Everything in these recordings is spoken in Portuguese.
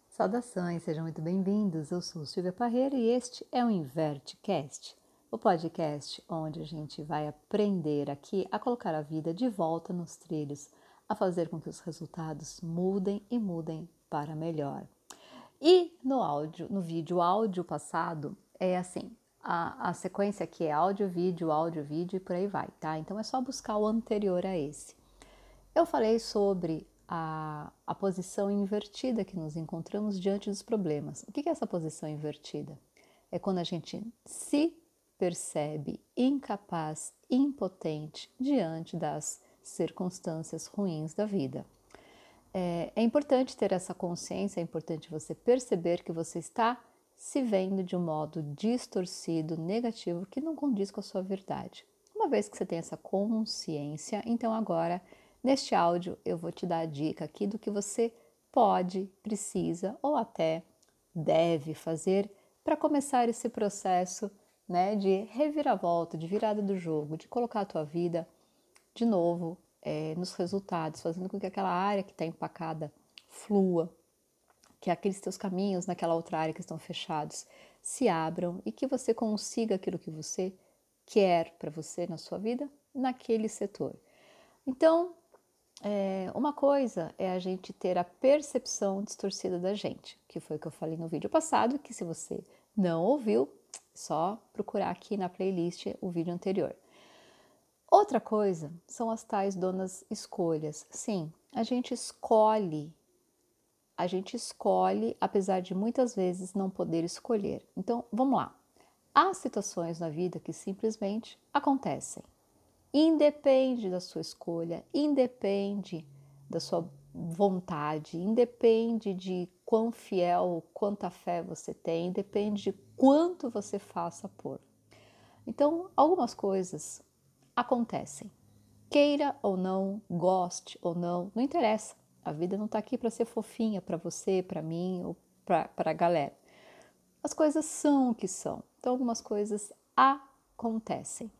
Saudações, sejam muito bem-vindos. Eu sou Silvia Parreira e este é o InverteCast, o podcast onde a gente vai aprender aqui a colocar a vida de volta nos trilhos, a fazer com que os resultados mudem e mudem para melhor. E no vídeo áudio passado é assim, a sequência aqui é áudio, vídeo e por aí vai, tá? Então é só buscar o anterior a esse. Eu falei sobre a posição invertida que nos encontramos diante dos problemas. O que é essa posição invertida? É quando a gente se percebe incapaz, impotente diante das circunstâncias ruins da vida. É importante ter essa consciência, é importante você perceber que você está se vendo de um modo distorcido, negativo, que não condiz com a sua verdade. Uma vez que você tem essa consciência, então agora, neste áudio, eu vou te dar a dica aqui do que você pode, precisa ou até deve fazer para começar esse processo, né, de reviravolta, de virada do jogo, de colocar a tua vida de novo nos resultados, fazendo com que aquela área que está empacada flua, que aqueles teus caminhos naquela outra área que estão fechados se abram e que você consiga aquilo que você quer para você na sua vida naquele setor. Então, uma coisa é a gente ter a percepção distorcida da gente, que foi o que eu falei no vídeo passado, que se você não ouviu, só procurar aqui na playlist o vídeo anterior. Outra coisa são as tais donas escolhas. Sim, a gente escolhe, apesar de muitas vezes não poder escolher. Então, vamos lá. Há situações na vida que simplesmente acontecem. Independe da sua escolha, independe da sua vontade, independe de quão fiel, quanta fé você tem, independe de quanto você faça por. Então, algumas coisas acontecem. Queira ou não, goste ou não, não interessa. A vida não está aqui para ser fofinha para você, para mim ou para a galera. As coisas são o que são. Então, algumas coisas acontecem.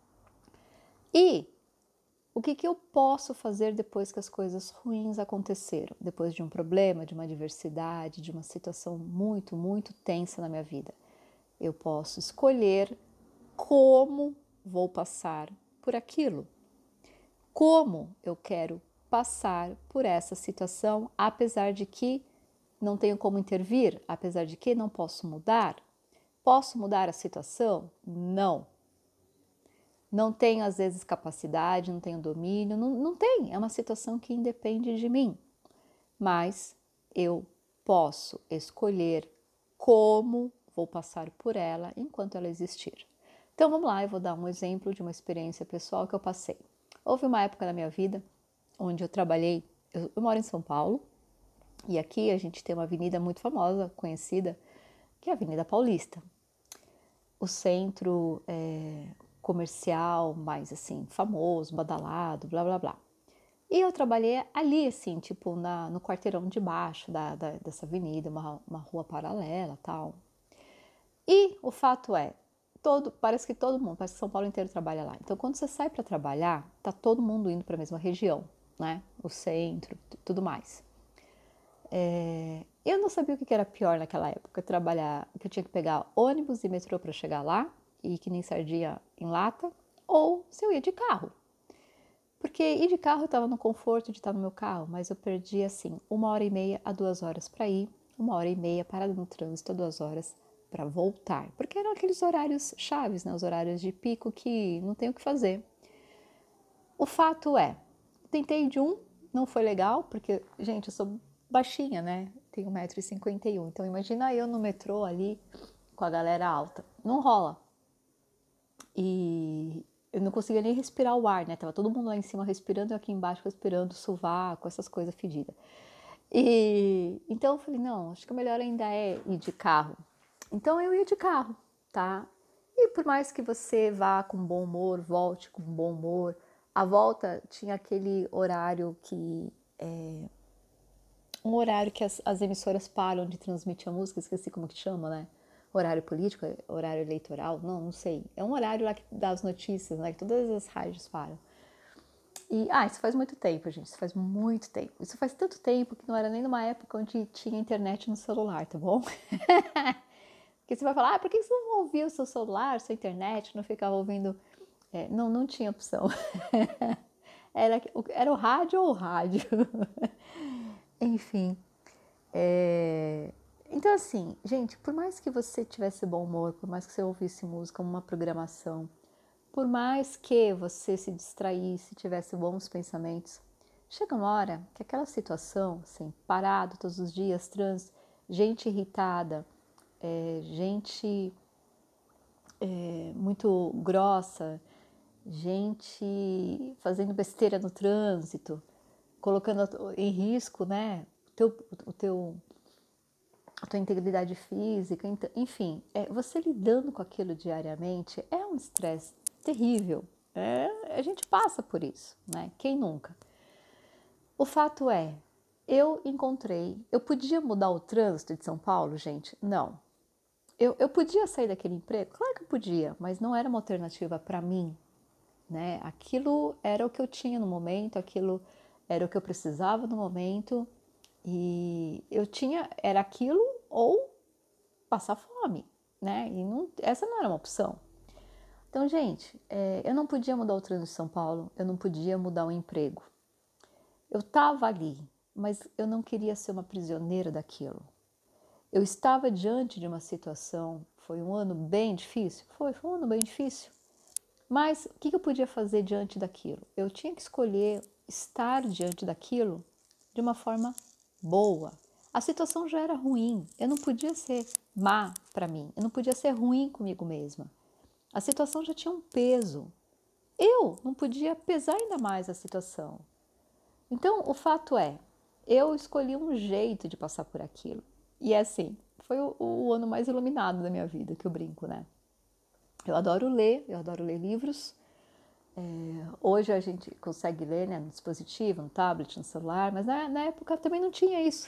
E o que eu posso fazer depois que as coisas ruins aconteceram? Depois de um problema, de uma adversidade, de uma situação muito, muito tensa na minha vida? Eu posso escolher como vou passar por aquilo. Como eu quero passar por essa situação, apesar de que não tenho como intervir, apesar de que não posso mudar? Posso mudar a situação? Não. Não tenho, às vezes, capacidade, não tenho domínio, não tem. É uma situação que independe de mim. Mas eu posso escolher como vou passar por ela enquanto ela existir. Então, vamos lá, eu vou dar um exemplo de uma experiência pessoal que eu passei. Houve uma época na minha vida onde eu trabalhei, eu moro em São Paulo, e aqui a gente tem uma avenida muito famosa, conhecida, que é a Avenida Paulista. O centro comercial mais assim, famoso, badalado, blá blá blá. E eu trabalhei ali, assim, tipo, no quarteirão de baixo dessa avenida, uma rua paralela tal. E o fato é, parece que todo mundo, parece que São Paulo inteiro trabalha lá. Então, quando você sai para trabalhar, tá todo mundo indo para a mesma região, né? O centro, tudo mais. Eu não sabia o que era pior naquela época, trabalhar, que eu tinha que pegar ônibus e metrô para chegar lá, e que nem sardinha em lata, ou se eu ia de carro. Porque ir de carro eu estava no conforto de estar no meu carro, mas eu perdi assim 1h30 a 2 horas para ir, 1h30 parada no trânsito a 2 horas para voltar. Porque eram aqueles horários chaves, né? Os horários de pico que não tem o que fazer. O fato é, tentei de não foi legal, porque, gente, eu sou baixinha, né? Tenho 1,51 m. Então imagina eu no metrô ali com a galera alta. Não rola. E eu não conseguia nem respirar o ar, né? Tava todo mundo lá em cima respirando e eu aqui embaixo respirando sovaco, essas coisas fedidas. E então eu falei, não, acho que o melhor ainda é ir de carro. Então eu ia de carro, tá? E por mais que você vá com bom humor, volte com bom humor, a volta tinha aquele horário que um horário que as emissoras param de transmitir a música, esqueci como que chama, né? Horário político, horário eleitoral, não sei. É um horário lá que dá as notícias, né? Que todas as rádios param. Isso faz muito tempo, gente, isso faz muito tempo. Isso faz tanto tempo que não era nem numa época onde tinha internet no celular, tá bom? Porque você vai falar, por que você não ouvia o seu celular, sua internet, não ficava ouvindo... não tinha opção. Era o rádio ou o rádio. Enfim. Então, assim, gente, por mais que você tivesse bom humor, por mais que você ouvisse música, uma programação, por mais que você se distraísse, tivesse bons pensamentos, chega uma hora que aquela situação, assim, parado todos os dias, gente irritada, gente muito grossa, gente fazendo besteira no trânsito, colocando em risco, né, a tua integridade física, enfim, você lidando com aquilo diariamente é um estresse terrível. A gente passa por isso, né? Quem nunca? O fato é, eu podia mudar o trânsito de São Paulo, gente? Não. Eu podia sair daquele emprego? Claro que eu podia, mas não era uma alternativa para mim, né? Aquilo era o que eu tinha no momento, aquilo era o que eu precisava no momento e era aquilo ou passar fome, né? Essa não era uma opção. Então, gente, eu não podia mudar o trânsito de São Paulo, eu não podia mudar o emprego. Eu estava ali, mas eu não queria ser uma prisioneira daquilo. Eu estava diante de uma situação, foi um ano bem difícil? Foi um ano bem difícil. Mas o que eu podia fazer diante daquilo? Eu tinha que escolher estar diante daquilo de uma forma boa. A situação já era ruim, eu não podia ser má para mim, eu não podia ser ruim comigo mesma. A situação já tinha um peso. Eu não podia pesar ainda mais a situação. Então, o fato é, eu escolhi um jeito de passar por aquilo. E é assim, foi o ano mais iluminado da minha vida, que eu brinco, né? Eu adoro ler livros. Hoje a gente consegue ler, né, no dispositivo, no tablet, no celular, mas na época também não tinha isso.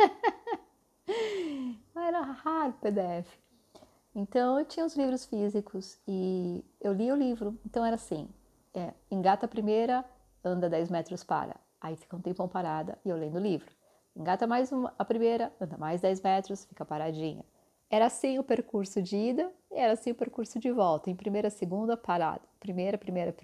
Era raro o PDF. Então eu tinha os livros físicos e eu lia o livro. Então era assim, engata a primeira, anda 10 metros, para. Aí fica um tempão parada e eu lendo o livro. Engata mais a primeira, anda mais 10 metros, fica paradinha. Era assim o percurso de ida e era assim o percurso de volta. Em primeira, segunda, parada. Primeira,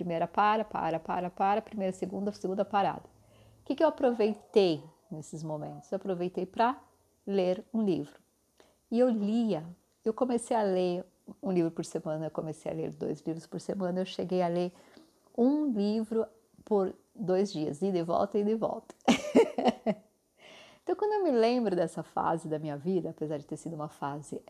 para. Primeira, segunda, parada. O que eu aproveitei nesses momentos? Eu aproveitei para ler um livro. E eu lia. Eu comecei a ler um livro por semana, eu comecei a ler 2 livros por semana, eu cheguei a ler um livro por 2 dias, ida e volta, ida e volta. Então, quando eu me lembro dessa fase da minha vida, apesar de ter sido uma fase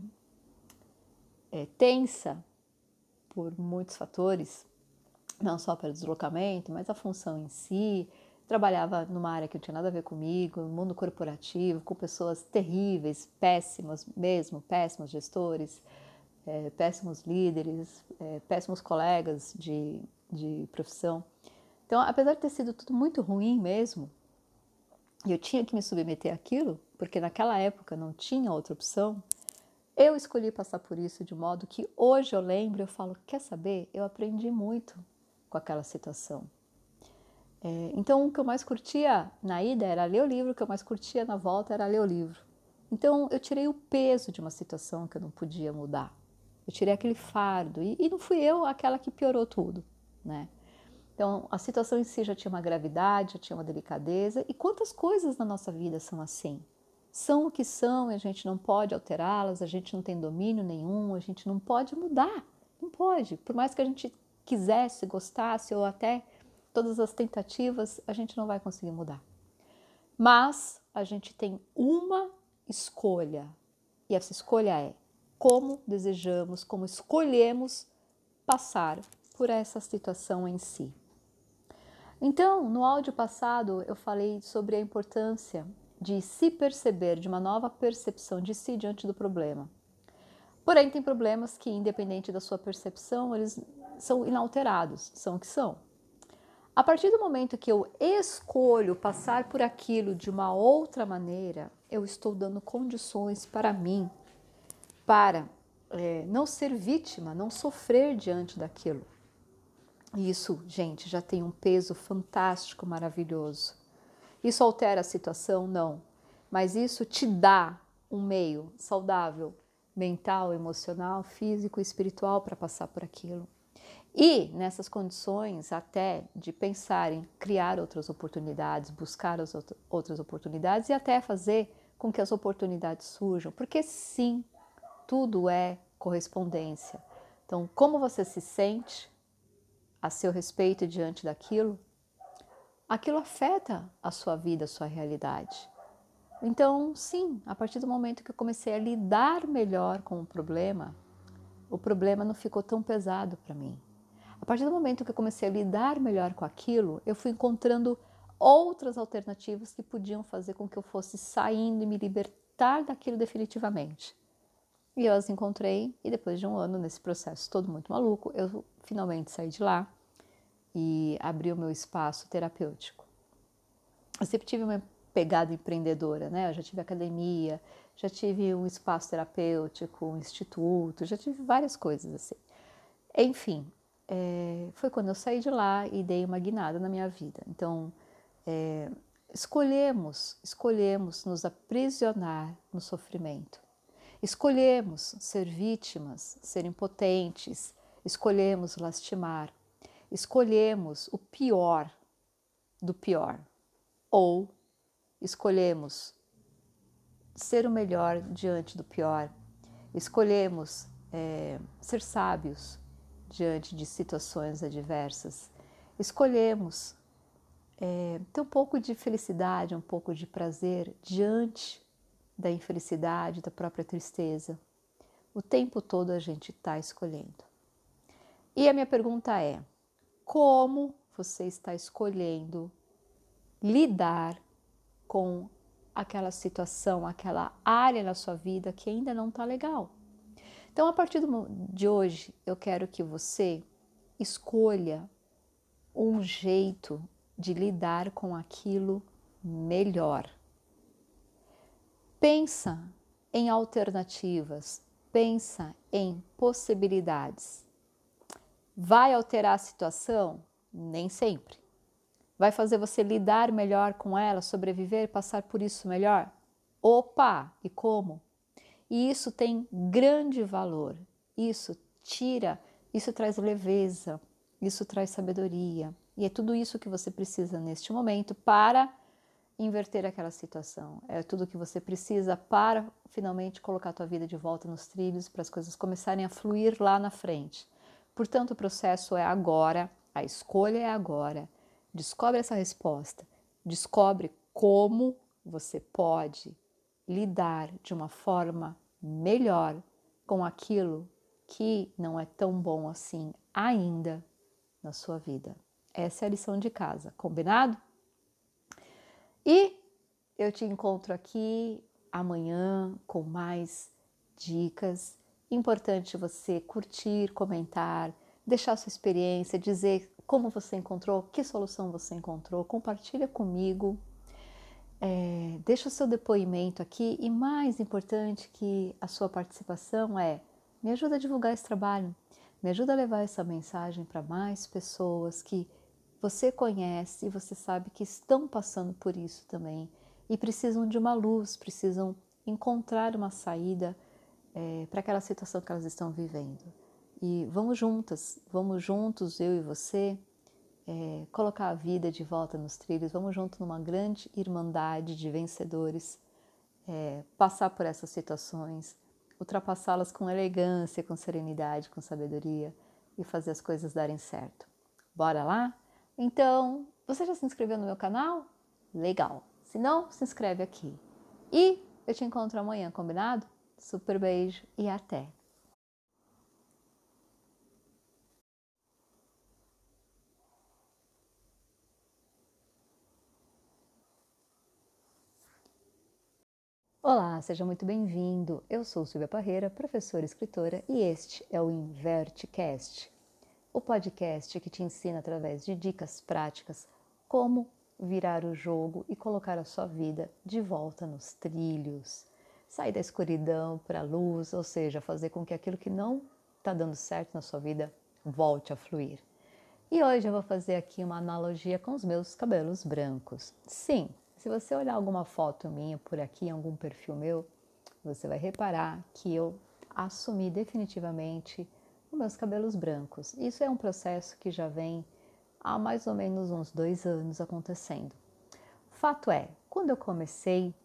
tensa por muitos fatores, não só pelo deslocamento, mas a função em si, trabalhava numa área que não tinha nada a ver comigo, no mundo corporativo, com pessoas terríveis, péssimas mesmo, péssimos gestores, péssimos líderes, péssimos colegas de profissão. Então, apesar de ter sido tudo muito ruim mesmo, e eu tinha que me submeter àquilo, porque naquela época não tinha outra opção, eu escolhi passar por isso de modo que hoje eu lembro, eu falo, quer saber? Eu aprendi muito com aquela situação. Então, o que eu mais curtia na ida era ler o livro, o que eu mais curtia na volta era ler o livro. Então, eu tirei o peso de uma situação que eu não podia mudar. Eu tirei aquele fardo e não fui eu aquela que piorou tudo, né? Então, a situação em si já tinha uma gravidade, já tinha uma delicadeza. E quantas coisas na nossa vida são assim? São o que são e a gente não pode alterá-las, a gente não tem domínio nenhum, a gente não pode mudar. Não pode. Por mais que a gente quisesse, gostasse ou até todas as tentativas, a gente não vai conseguir mudar. Mas a gente tem uma escolha. E essa escolha é como desejamos, como escolhemos passar por essa situação em si. Então, no áudio passado, eu falei sobre a importância de se perceber, de uma nova percepção de si diante do problema. Porém, tem problemas que, independente da sua percepção, eles são inalterados, são o que são. A partir do momento que eu escolho passar por aquilo de uma outra maneira, eu estou dando condições para mim, para não ser vítima, não sofrer diante daquilo. E isso, gente, já tem um peso fantástico, maravilhoso. Isso altera a situação? Não. Mas isso te dá um meio saudável, mental, emocional, físico e espiritual para passar por aquilo. E nessas condições até de pensar em criar outras oportunidades, buscar as outras oportunidades e até fazer com que as oportunidades surjam. Porque sim, tudo é correspondência. Então, como você se sente a seu respeito diante daquilo, aquilo afeta a sua vida, a sua realidade. Então, sim, a partir do momento que eu comecei a lidar melhor com o problema não ficou tão pesado para mim. A partir do momento que eu comecei a lidar melhor com aquilo, eu fui encontrando outras alternativas que podiam fazer com que eu fosse saindo e me libertar daquilo definitivamente. E eu as encontrei, e depois de um ano nesse processo todo muito maluco, eu finalmente saí de lá e abri o meu espaço terapêutico. Eu sempre tive uma pegada empreendedora, né? Eu já tive academia, já tive um espaço terapêutico, um instituto, já tive várias coisas assim. Enfim, foi quando eu saí de lá e dei uma guinada na minha vida. Então, escolhemos nos aprisionar no sofrimento. Escolhemos ser vítimas, ser impotentes, escolhemos lastimar, escolhemos o pior do pior, ou escolhemos ser o melhor diante do pior, escolhemos ser sábios diante de situações adversas, escolhemos ter um pouco de felicidade, um pouco de prazer diante da infelicidade, da própria tristeza. O tempo todo a gente está escolhendo. E a minha pergunta é: como você está escolhendo lidar com aquela situação, aquela área na sua vida que ainda não está legal? Então, a partir de hoje, eu quero que você escolha um jeito de lidar com aquilo melhor. Pensa em alternativas, pensa em possibilidades. Vai alterar a situação? Nem sempre. Vai fazer você lidar melhor com ela, sobreviver, passar por isso melhor? Opa! E como? E isso tem grande valor. Isso traz leveza, isso traz sabedoria. E é tudo isso que você precisa neste momento para inverter aquela situação. É tudo que você precisa para finalmente colocar a tua vida de volta nos trilhos, para as coisas começarem a fluir lá na frente. Portanto, o processo é agora, a escolha é agora. Descobre essa resposta, descobre como você pode lidar de uma forma melhor com aquilo que não é tão bom assim ainda na sua vida. Essa é a lição de casa, combinado? E eu te encontro aqui amanhã com mais dicas. Importante você curtir, comentar, deixar sua experiência, dizer como você encontrou, que solução você encontrou, compartilha comigo, deixa o seu depoimento aqui e mais importante que a sua participação me ajuda a divulgar esse trabalho, me ajuda a levar essa mensagem para mais pessoas que você conhece e você sabe que estão passando por isso também e precisam de uma luz, precisam encontrar uma saída para aquela situação que elas estão vivendo. E vamos juntos, eu e você, colocar a vida de volta nos trilhos, vamos juntos numa grande irmandade de vencedores, passar por essas situações, ultrapassá-las com elegância, com serenidade, com sabedoria e fazer as coisas darem certo. Bora lá? Então, você já se inscreveu no meu canal? Legal! Se não, se inscreve aqui. E eu te encontro amanhã, combinado? Super beijo e até! Olá, seja muito bem-vindo. Eu sou Silvia Parreira, professora e escritora, e este é o InverteCast, o podcast que te ensina através de dicas práticas como virar o jogo e colocar a sua vida de volta nos trilhos. Sair da escuridão para a luz, ou seja, fazer com que aquilo que não está dando certo na sua vida volte a fluir. E hoje eu vou fazer aqui uma analogia com os meus cabelos brancos. Sim, se você olhar alguma foto minha por aqui, em algum perfil meu, você vai reparar que eu assumi definitivamente os meus cabelos brancos. Isso é um processo que já vem há mais ou menos uns 2 anos acontecendo. Fato é, quando eu comecei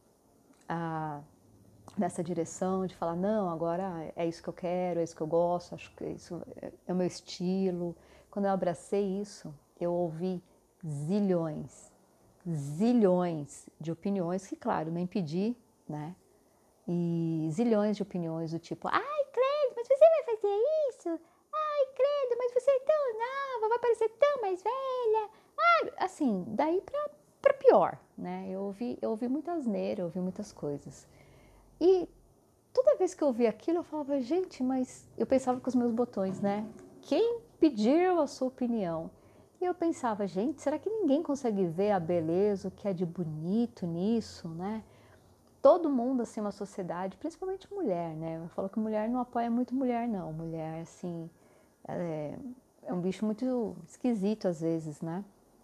nessa direção de falar, não, agora é isso que eu quero, é isso que eu gosto, acho que isso é o meu estilo. Quando eu abracei isso, eu ouvi zilhões, zilhões de opiniões que, claro, nem pedi, né? E zilhões de opiniões do tipo, ai, credo, mas você vai fazer isso? Ai, credo, mas você é tão nova, vai parecer tão mais velha. Ah, assim, daí pra pior, né? Eu ouvi muita asneira, eu ouvi muitas coisas. E toda vez que eu ouvia aquilo, eu falava, gente, mas eu pensava com os meus botões, né? Quem pediu a sua opinião? E eu pensava, gente, será que ninguém consegue ver a beleza, o que é de bonito nisso, né? Todo mundo, assim, uma sociedade, principalmente mulher, né? Eu falo que mulher não apoia muito mulher, não. Mulher, assim, é um bicho muito esquisito às vezes, né?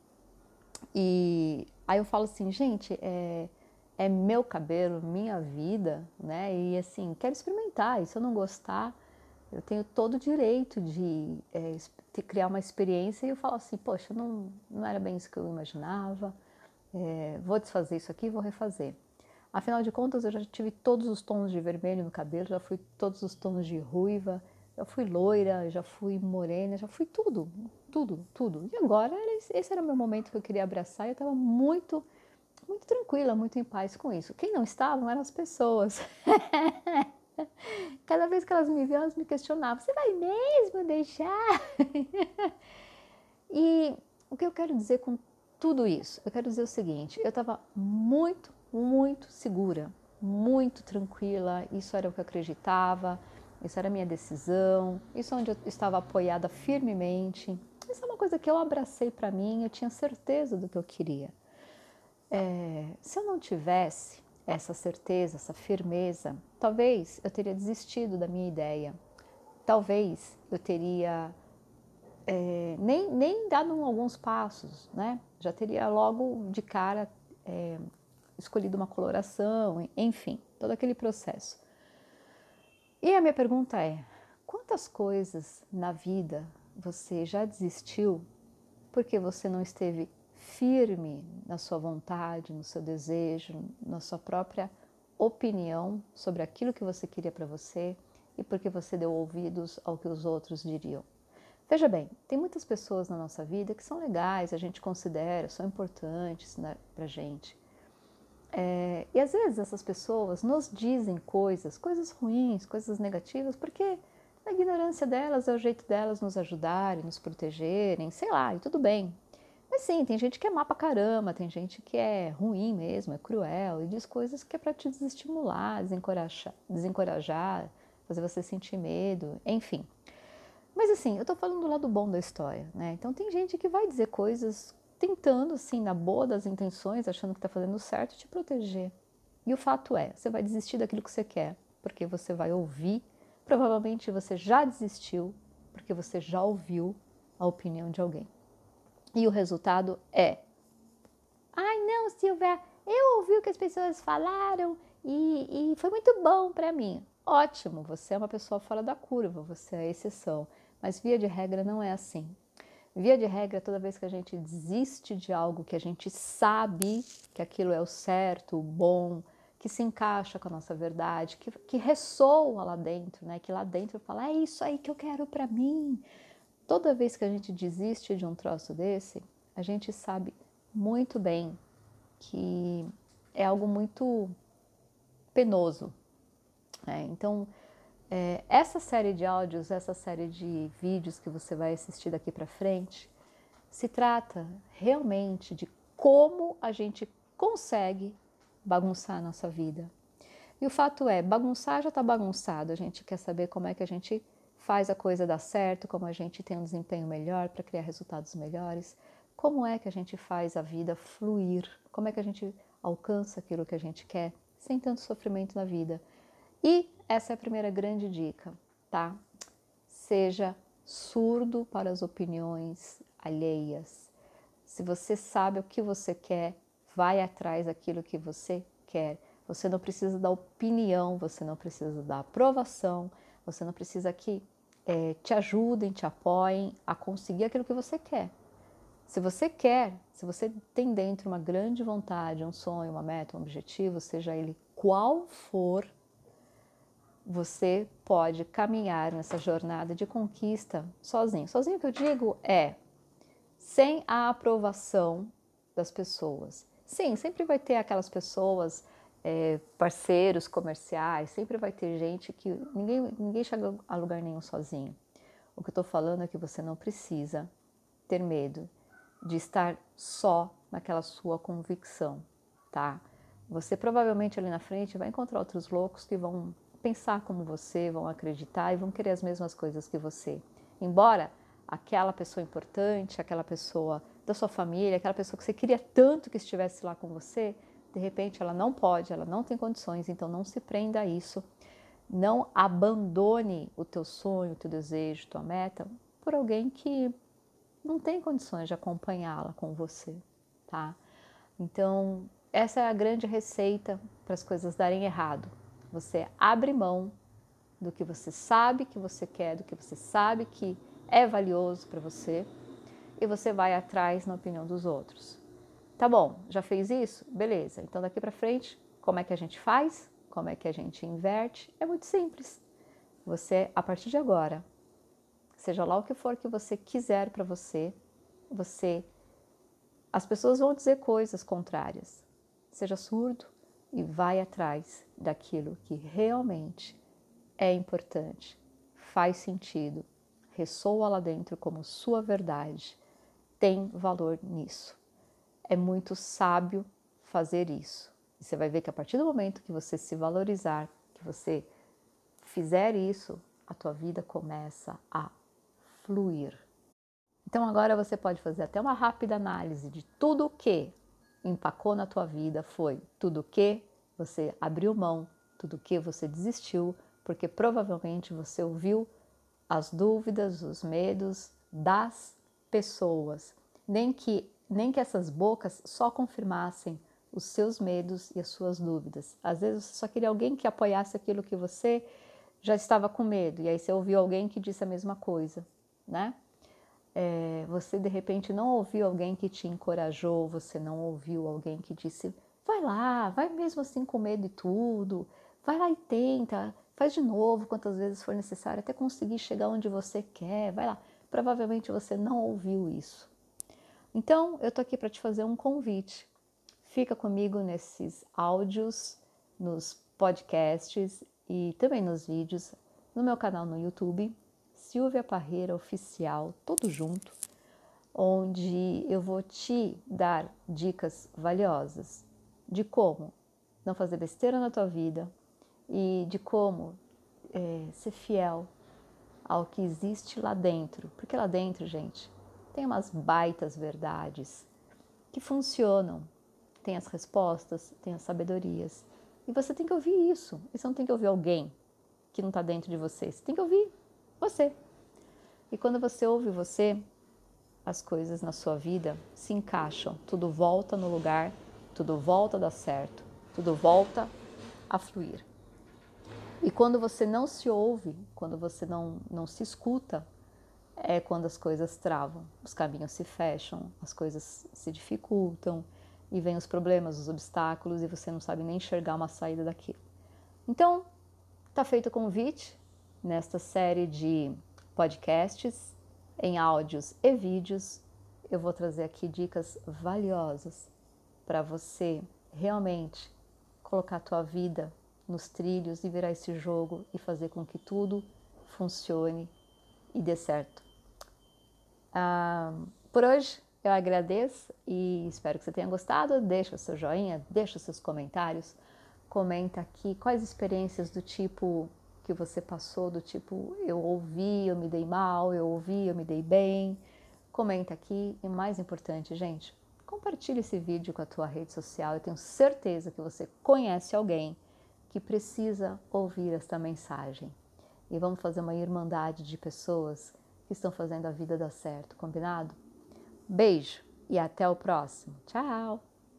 E aí eu falo assim, gente, é meu cabelo, minha vida, né? E assim, quero experimentar. E se eu não gostar, eu tenho todo o direito de criar uma experiência e eu falo assim, poxa, não era bem isso que eu imaginava, vou desfazer isso aqui e vou refazer. Afinal de contas, eu já tive todos os tons de vermelho no cabelo, já fui todos os tons de ruiva, já fui loira, já fui morena, já fui tudo, tudo, tudo. E agora, esse era o meu momento que eu queria abraçar e eu estava muito, muito tranquila, muito em paz com isso. Quem não estava eram as pessoas. Cada vez que elas me viam, elas me questionavam, você vai mesmo deixar? E o que eu quero dizer com tudo isso? Eu quero dizer o seguinte, eu estava muito, muito segura, muito tranquila, isso era o que eu acreditava, isso era a minha decisão, isso é onde eu estava apoiada firmemente. Isso é uma coisa que eu abracei para mim, eu tinha certeza do que eu queria. Se eu não tivesse essa certeza, essa firmeza, talvez eu teria desistido da minha ideia, talvez eu teria nem dado alguns passos, né? Já teria logo de cara escolhido uma coloração, enfim, todo aquele processo. E a minha pergunta é, quantas coisas na vida você já desistiu porque você não esteve firme na sua vontade, no seu desejo, na sua própria opinião sobre aquilo que você queria para você e porque você deu ouvidos ao que os outros diriam? Veja bem, tem muitas pessoas na nossa vida que são legais, a gente considera, são importantes, né, pra gente. E às vezes essas pessoas nos dizem coisas ruins, coisas negativas, porque a ignorância delas é o jeito delas nos ajudarem, nos protegerem, sei lá, e tudo bem. Mas sim, tem gente que é má pra caramba, tem gente que é ruim mesmo, é cruel e diz coisas que é pra te desestimular, desencorajar, fazer você sentir medo, enfim. Mas assim, eu tô falando do lado bom da história, né? Então tem gente que vai dizer coisas tentando, assim, na boa das intenções, achando que tá fazendo certo, te proteger. E o fato é, você vai desistir daquilo que você quer, porque você vai ouvir, provavelmente você já desistiu, porque você já ouviu a opinião de alguém. E o resultado é, ai não, Silvia, eu ouvi o que as pessoas falaram e foi muito bom para mim. Ótimo, você é uma pessoa fora da curva, você é a exceção. Mas via de regra não é assim. Via de regra, toda vez que a gente desiste de algo que a gente sabe que aquilo é o certo, o bom, que se encaixa com a nossa verdade, que ressoa lá dentro, né? Que lá dentro fala, é isso aí que eu quero para mim. Toda vez que a gente desiste de um troço desse, a gente sabe muito bem que é algo muito penoso, né? Então, essa série de áudios, essa série de vídeos que você vai assistir daqui para frente, se trata realmente de como a gente consegue bagunçar a nossa vida. E o fato é, bagunçar já está bagunçado, a gente quer saber como é que a gente faz a coisa dar certo, como a gente tem um desempenho melhor para criar resultados melhores, como é que a gente faz a vida fluir, como é que a gente alcança aquilo que a gente quer sem tanto sofrimento na vida. E essa é a primeira grande dica, tá? Seja surdo para as opiniões alheias. Se você sabe o que você quer, vai atrás daquilo que você quer. Você não precisa da opinião, você não precisa da aprovação, você não precisa que te ajudem, te apoiem a conseguir aquilo que você quer. Se você quer, se você tem dentro uma grande vontade, um sonho, uma meta, um objetivo, seja ele qual for, você pode caminhar nessa jornada de conquista sozinho. Sozinho que eu digo é sem a aprovação das pessoas. Sim, sempre vai ter aquelas pessoas, parceiros comerciais, sempre vai ter gente que ninguém chega a lugar nenhum sozinho. O que eu estou falando é que você não precisa ter medo de estar só naquela sua convicção, tá? Você provavelmente ali na frente vai encontrar outros loucos que vão pensar como você, vão acreditar e vão querer as mesmas coisas que você. Embora aquela pessoa importante, aquela pessoa da sua família, aquela pessoa que você queria tanto que estivesse lá com você, de repente ela não pode, ela não tem condições, então não se prenda a isso. Não abandone o teu sonho, o teu desejo, tua meta por alguém que não tem condições de acompanhá-la com você, tá? Então, essa é a grande receita para as coisas darem errado. Você abre mão do que você sabe que você quer, do que você sabe que é valioso para você e você vai atrás na opinião dos outros. Tá bom, já fez isso? Beleza. Então, daqui para frente, como é que a gente faz? Como é que a gente inverte? É muito simples. Você, a partir de agora, seja lá o que for que você quiser para você, as pessoas vão dizer coisas contrárias. Seja surdo e vai atrás daquilo que realmente é importante, faz sentido, ressoa lá dentro como sua verdade, tem valor nisso. É muito sábio fazer isso. E você vai ver que a partir do momento que você se valorizar, que você fizer isso, a tua vida começa a fluir. Então agora você pode fazer até uma rápida análise de tudo o que empacou na tua vida, foi tudo o que você abriu mão, tudo o que você desistiu, porque provavelmente você ouviu as dúvidas, os medos das pessoas. Nem que essas bocas só confirmassem os seus medos e as suas dúvidas. Às vezes você só queria alguém que apoiasse aquilo que você já estava com medo, e aí você ouviu alguém que disse a mesma coisa, né? Você de repente não ouviu alguém que te encorajou, você não ouviu alguém que disse, vai lá, vai mesmo assim com medo e tudo, vai lá e tenta, faz de novo quantas vezes for necessário até conseguir chegar onde você quer, vai lá. Provavelmente você não ouviu isso. Então, eu tô aqui para te fazer um convite. Fica comigo nesses áudios, nos podcasts e também nos vídeos no meu canal no YouTube, Silvia Parreira Oficial, tudo junto, onde eu vou te dar dicas valiosas de como não fazer besteira na tua vida e de como ser fiel ao que existe lá dentro. Porque lá dentro, gente, tem umas baitas verdades que funcionam. Tem as respostas, tem as sabedorias. E você tem que ouvir isso. E você não tem que ouvir alguém que não está dentro de você. Você tem que ouvir você. E quando você ouve você, as coisas na sua vida se encaixam. Tudo volta no lugar, tudo volta a dar certo, tudo volta a fluir. E quando você não se ouve, quando você não se escuta, é quando as coisas travam, os caminhos se fecham, as coisas se dificultam e vêm os problemas, os obstáculos e você não sabe nem enxergar uma saída daquilo. Então, está feito o convite nesta série de podcasts em áudios e vídeos. Eu vou trazer aqui dicas valiosas para você realmente colocar a tua vida nos trilhos e virar esse jogo e fazer com que tudo funcione e dê certo. Por hoje eu agradeço e espero que você tenha gostado. Deixa o seu joinha, deixa os seus comentários, comenta aqui quais experiências do tipo que você passou, do tipo eu ouvi, eu me dei mal, eu ouvi, eu me dei bem. Comenta aqui e mais importante, gente, compartilhe esse vídeo com a tua rede social. Eu tenho certeza que você conhece alguém que precisa ouvir esta mensagem. E vamos fazer uma irmandade de pessoas que estão fazendo a vida dar certo, combinado? Beijo e até o próximo. Tchau!